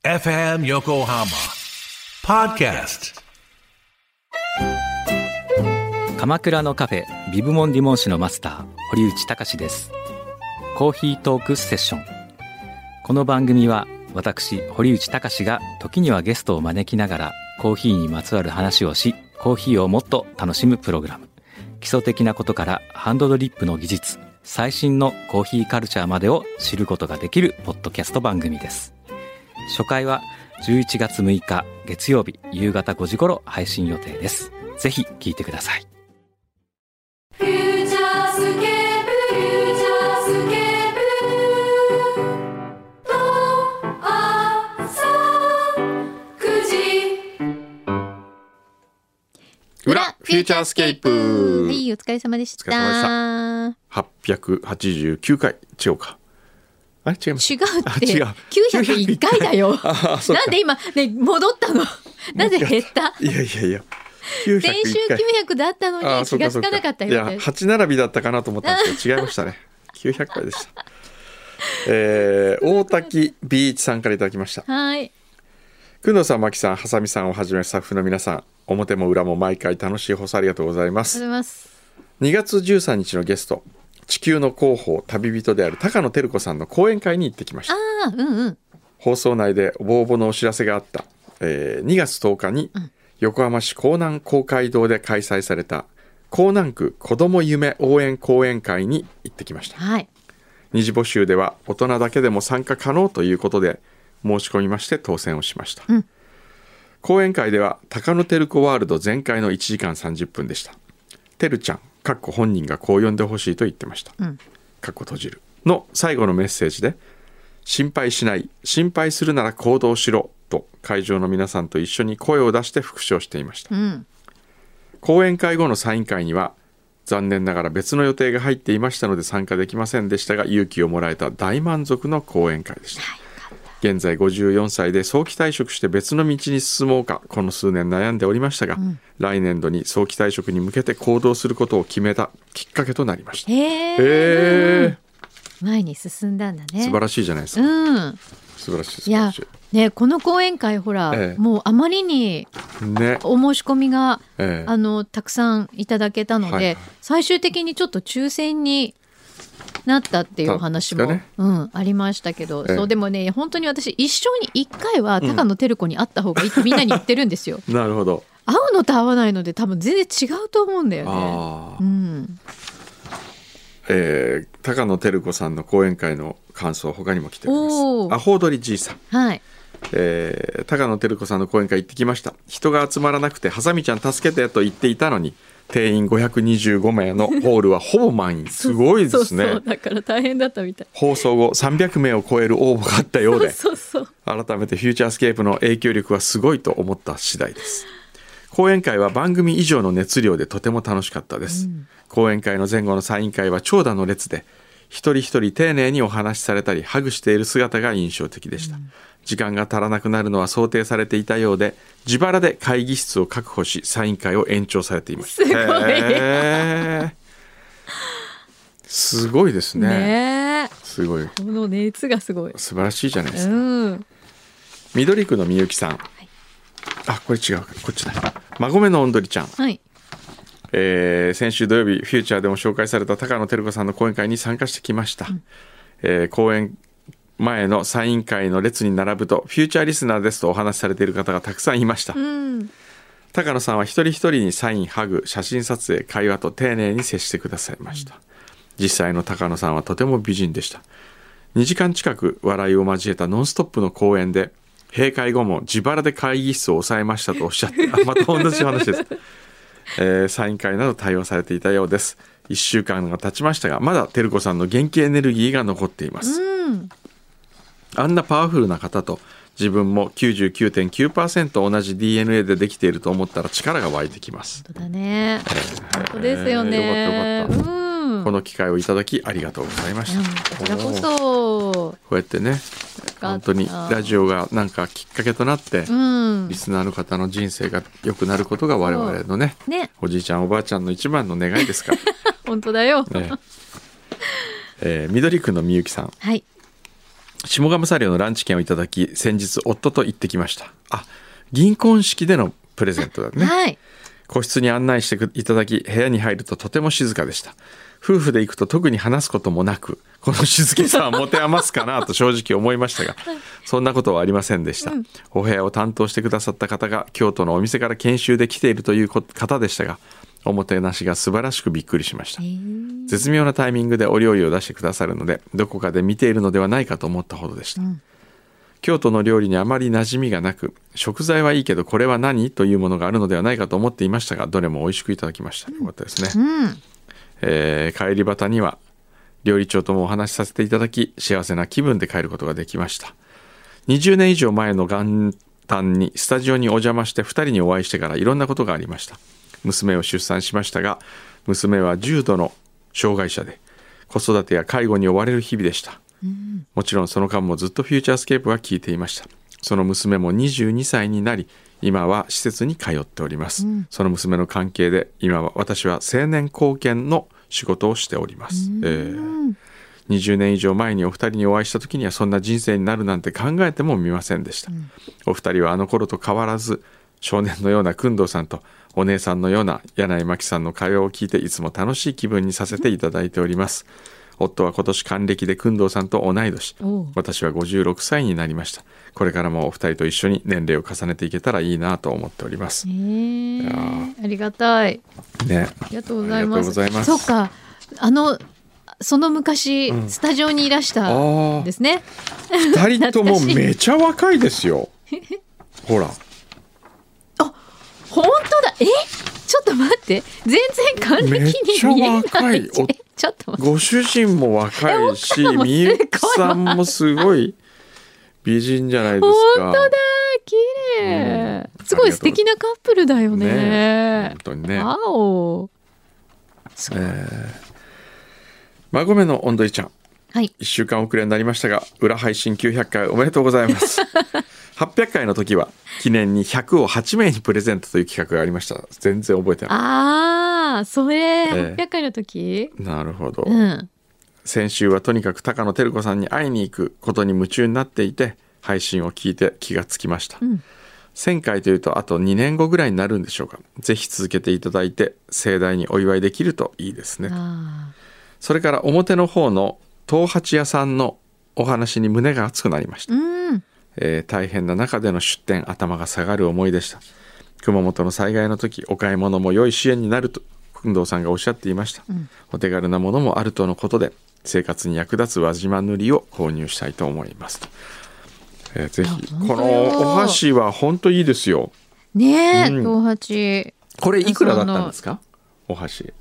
FM Yokohama Podcast。 鎌倉のカフェビブモンディモン市のマスター堀内隆です。コーヒートークセッション。この番組は私堀内隆が時にはゲストを招きながらコーヒーにまつわる話をし、コーヒーをもっと楽しむプログラム。基礎的なことからハンドドリップの技術、最新のコーヒーカルチャーまでを知ることができるポッドキャスト番組です。初回は11月6日月曜日夕方5時頃配信予定です。ぜひ聞いてください。 フューチャースケープ、フューチャースケープと朝9時裏フューチャースケープ。 はい、お疲れ様でした。 お疲れ様で889回。違うか、あれ違います。 違うって違う 901回だよ。 そうかなんで今ね戻ったの。なぜ減った。 いや先週900だったのに気がつかなかったよ。 いや8並びだったかなと思ったんですけど違いましたね。900回でした。大滝ビーチさんからいただきました。 はい。 工藤さん、牧さん、はさみさんをはじめスタッフの皆さん、表も裏も毎回楽しい放送ありがとうございます。 ありがとうございます。 2月13日のゲスト、地球の広報旅人である高野照子さんの講演会に行ってきました。放送内で応募のお知らせがあった、2月10日に横浜市港南公会堂で開催された港南区子ども夢応援講演会に行ってきました。 はい。 二次募集では大人だけでも参加可能ということで申し込みまして当選をしました。講演会では高野照子ワールド全開の1時間30分でした。てるちゃん本人がこう呼んでほしいと言ってました。閉じるの最後のメッセージで、心配しない、心配するなら行動しろと会場の皆さんと一緒に声を出して復唱していました。講演会後のサイン会には残念ながら別の予定が入っていましたので参加できませんでしたが、勇気をもらえた大満足の講演会でした。現在54歳で早期退職して別の道に進もうかこの数年悩んでおりましたが、来年度に早期退職に向けて行動することを決めたきっかけとなりました。 前に進んだんだね。 素晴らしいじゃないですか。素晴らしい。 いやね、この講演会ほら、もうあまりにお申し込みが、たくさんいただけたので、最終的にちょっと抽選になったっていうお話も、ありましたけど、そうでもね本当に私一生に1回は高野照子に会った方がいいってみんなに言ってるんですよ。 なるほど。 会うのと会わないので多分全然違うと思うんだよね。 高野照子さんの講演会の感想他にも来ております。アホウドリじいさん、高野照子さんの講演会行ってきました。人が集まらなくてハサミちゃん助けてと言っていたのに定員525名のホールはほぼ満員。すごいですね。 そうだから大変だったみたい。 放送後300名を超える応募があったようで、改めてフューチャースケープの影響力はすごいと思った次第です。講演会は番組以上の熱量でとても楽しかったです。講演会の前後のサイン会は長蛇の列で一人一人丁寧にお話しされたりハグしている姿が印象的でした。時間が足らなくなるのは想定されていたようで、自腹で会議室を確保しサイン会を延長されていました。すごいですね。すごい。 この熱がすごい。 素晴らしいじゃないですか。緑区のみゆきさん。これ違うか、こっちだ。馬込のおんどりちゃん。先週土曜日フューチャーでも紹介された高野照子さんの講演会に参加してきました。講演前のサイン会の列に並ぶとフューチャーリスナーですとお話しされている方がたくさんいました。高野さんは一人一人にサイン、ハグ、写真撮影、会話と丁寧に接してくださいました。実際の高野さんはとても美人でした。2時間近く笑いを交えたノンストップの講演で、閉会後も自腹で会議室を抑えましたとおっしゃってまた同じ話です。サイン会など対応されていたようです。1週間が経ちましたがまだ照子さんの元気エネルギーが残っています。あんなパワフルな方と自分も 99.9% 同じ DNA でできていると思ったら力が湧いてきます。 本当だね。本当ですよね。 よかった。この機会をいただきありがとうございました。 こちらこそこうやってね、本当にラジオがなんかきっかけとなって、リスナーの方の人生が良くなることが我々のね、おじいちゃんおばあちゃんの一番の願いですから。 本当だよ。 緑区のみゆきさん。 下鴨茶寮のランチ券をいただき、先日夫と行ってきました。銀婚式でのプレゼントだね。 はい。 個室に案内していただき、部屋に入るととても静かでした。夫婦で行くと特に話すこともなく、この静けさは持て余すかなと正直思いましたが、そんなことはありませんでした。お部屋を担当してくださった方が京都のお店から研修で来ているという方でしたが、おもてなしが素晴らしくびっくりしました。絶妙なタイミングでお料理を出してくださるので、どこかで見ているのではないかと思ったほどでした。京都の料理にあまり馴染みがなく、食材はいいけどこれは何というものがあるのではないかと思っていましたが、どれも美味しくいただきました。よかったですね。帰り端には料理長ともお話しさせていただき、幸せな気分で帰ることができました。20年以上前の元旦にスタジオにお邪魔して2人にお会いしてからいろんなことがありました。娘を出産しましたが、娘は重度の障害者で子育てや介護に追われる日々でした。もちろんその間もずっとフューチャースケープは聞いていました。その娘も22歳になり、今は施設に通っております。その娘の関係で今は私は青年貢献の仕事をしております。20年以上前にお二人にお会いした時にはそんな人生になるなんて考えてもみませんでした。お二人はあの頃と変わらず、少年のような工藤さんとお姉さんのような柳井真紀さんの会話を聞いて、いつも楽しい気分にさせていただいております。夫は今年還暦で工藤さんと同い年、私は56歳になりました。これからもお二人と一緒に年齢を重ねていけたらいいなと思っております。 ありがたい、 ね、 ありがとうございます。そうか、その昔、スタジオにいらしたんですね。 二人ともめちゃ若いですよ。ほら、 本当だ。ちょっと待って、全然還暦に見えない。めっちゃ若い。ちょっとご主人も若いし、みゆきさんもすごい美人じゃないですか。 本当だ、綺麗、すごい素敵なカップルだよね。 本当にね。孫めのおんどりちゃん、 はい、 1週間遅れになりましたが、裏配信900回おめでとうございます。800回の時は記念に100を8名にプレゼントという企画がありました。全然覚えてない。 それ800回の時、 なるほど、先週はとにかく高野照子さんに会いに行くことに夢中になっていて、配信を聞いて気がつきました。1000回というとあと2年後ぐらいになるんでしょうか。ぜひ続けていただいて盛大にお祝いできるといいですね。それから表の方の東八屋さんのお話に胸が熱くなりました。大変な中での出店、頭が下がる思いでした。熊本の災害の時、お買い物も良い支援になると工藤さんがおっしゃっていました。お手軽なものもあるとのことで、生活に役立つ輪島塗を購入したいと思います。ぜひこのお箸は本当いいですよね。東八、 これいくらだったんですか？お箸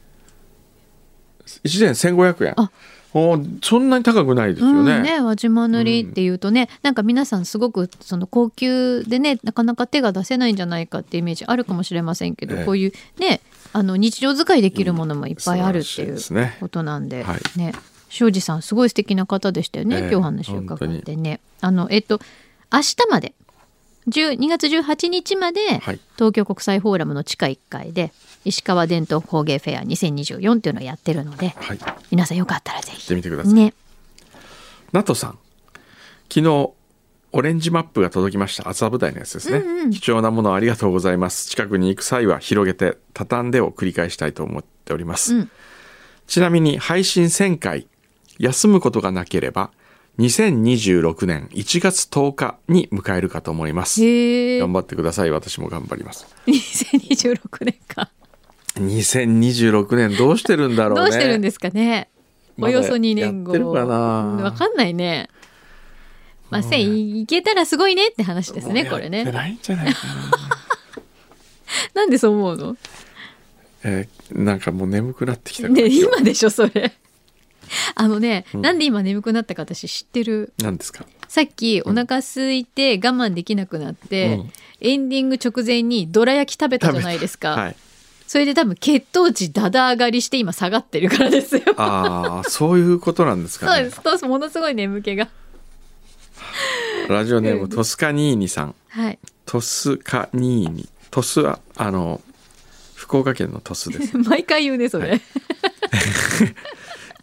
1年1500円。そんなに高くないですよね。 輪島塗っていうとね、なんか皆さんすごくその高級でね、なかなか手が出せないんじゃないかってイメージあるかもしれませんけど、こういうね、日常使いできるものもいっぱいあるっていうことなんで、ね、庄司さんすごい素敵な方でしたよね。今日話を伺ってね、明日まで2月18日まで、東京国際フォーラムの地下1階で石川伝統工芸フェア2024っていうのをやってるので、皆さんよかったらぜひ行ってみてください。ナトさん、昨日オレンジマップが届きました。厚葉舞台のやつですね。貴重なものありがとうございます。近くに行く際は広げて畳んでを繰り返したいと思っております。ちなみに配信1000回休むことがなければ2026年1月10日に迎えるかと思います。頑張ってください。私も頑張ります。 2026年か。 2026年どうしてるんだろうね。 どうしてるんですかね。およそ2年後。 やってるかな。 わかんないね。1000いけたらすごいねって話ですね。これね。 やってないんじゃないかな。 なんでそう思うの？ なんかもう眠くなってきたから。 ね、今でしょそれ。なんで今眠くなったか私知ってる。 何ですか？ さっきお腹空いて我慢できなくなって、エンディング直前にどら焼き食べたじゃないですか。それで多分血糖値だだ上がりして今下がってるからですよ。 そういうことなんですかね。 そうです。ものすごい眠気が。 ラジオネームトスカニーニさん。トスカニーニ。トスは福岡県のトスです。 毎回言うねそれ。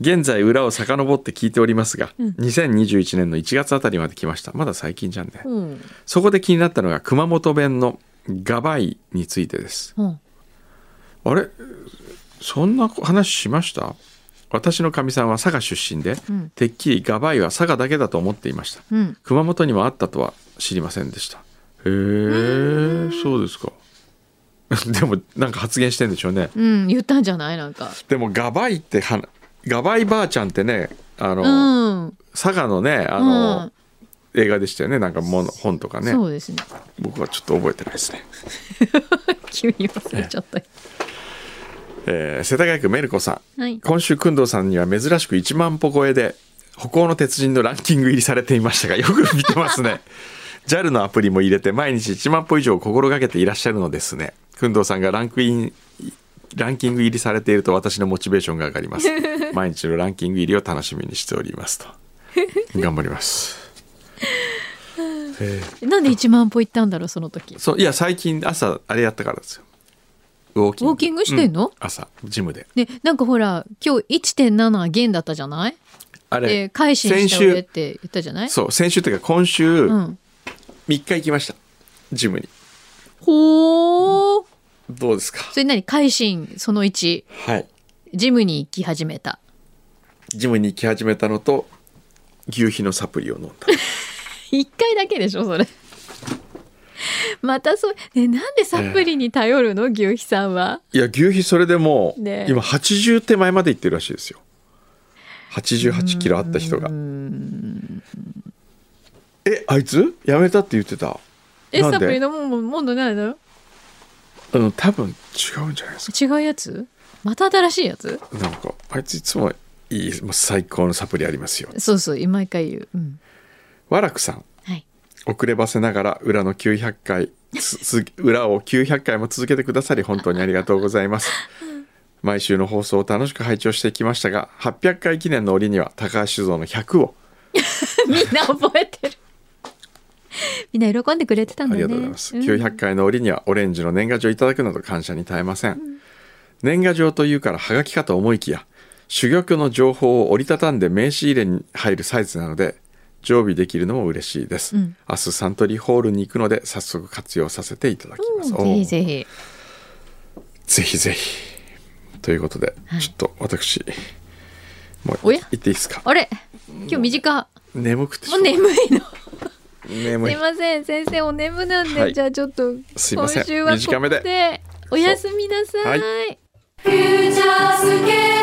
現在裏を遡って聞いておりますが、2021年の1月あたりまで来ました。まだ最近じゃんね、そこで気になったのが熊本弁のガバイについてです、あれそんな話しました？私のかみさんは佐賀出身で、てっきりガバイは佐賀だけだと思っていました、熊本にもあったとは知りませんでした。へえ、そうですか。でもなんか発言してんでしょうね。 言ったんじゃない？なんかでもガバイってガバイばあちゃんってね、佐賀のね映画でしたよね。なんか本とかね。 そうですね。 僕はちょっと覚えてないですね。 急に忘れちゃった。 世田谷区メルコさん、今週工藤さんには珍しく1万歩超えで歩行の鉄人のランキング入りされていましたが、よく見てますね。JAL のアプリも入れて毎日1万歩以上心がけていらっしゃるのですね。工藤さんがランキング入りされていると私のモチベーションが上がります。毎日のランキング入りを楽しみにしておりますと。頑張ります。 なんで1万歩行ったんだろうその時。 いや最近朝あれやったからですよ。ウォーキングしてんの、 朝ジムで。 なんかほら今日 1.7 減だったじゃない？あれ改心した上って言ったじゃない？ そう先週っていうか今週、3日行きましたジムに。 ほー、 どうですか？ それ何？改心その1、 はい、 ジムに行き始めたのと牛皮のサプリを飲んだ。 1回だけでしょそれ。またそう、なんでサプリに頼るの、牛皮さんは。いや牛皮それでもう、今80手前まで行ってるらしいですよ。88キロあった人が。あいつやめたって言ってた。 サプリ飲むもんないだろ。 多分違うんじゃないですか。 違うやつ？また新しいやつ？ なんかあいついつもいい、もう最高のサプリありますよ。 そう毎回言う。 和楽さん、遅ればせながら裏を900回も続けてくださり本当にありがとうございます。毎週の放送を楽しく拝聴してきましたが、800回記念の折には高橋酒造の100をみんな覚えてる。みんな喜んでくれてたんだね。 ありがとうございます、900回の折にはオレンジの年賀状いただくなど感謝に絶えません、年賀状というからはがきかと思いきや珠玉の情報を折りたたんで名刺入れに入るサイズなので常備できるのも嬉しいです、明日サントリーホールに行くので早速活用させていただきます、 ぜひぜひぜひぜひということで、ちょっと私もう言っていいですか？ あれ今日短眠くてもう眠いの。 眠い。 すいません先生お眠なんで、じゃあちょっと今週はここ短めでおやすみなさい。 フューチャースケープ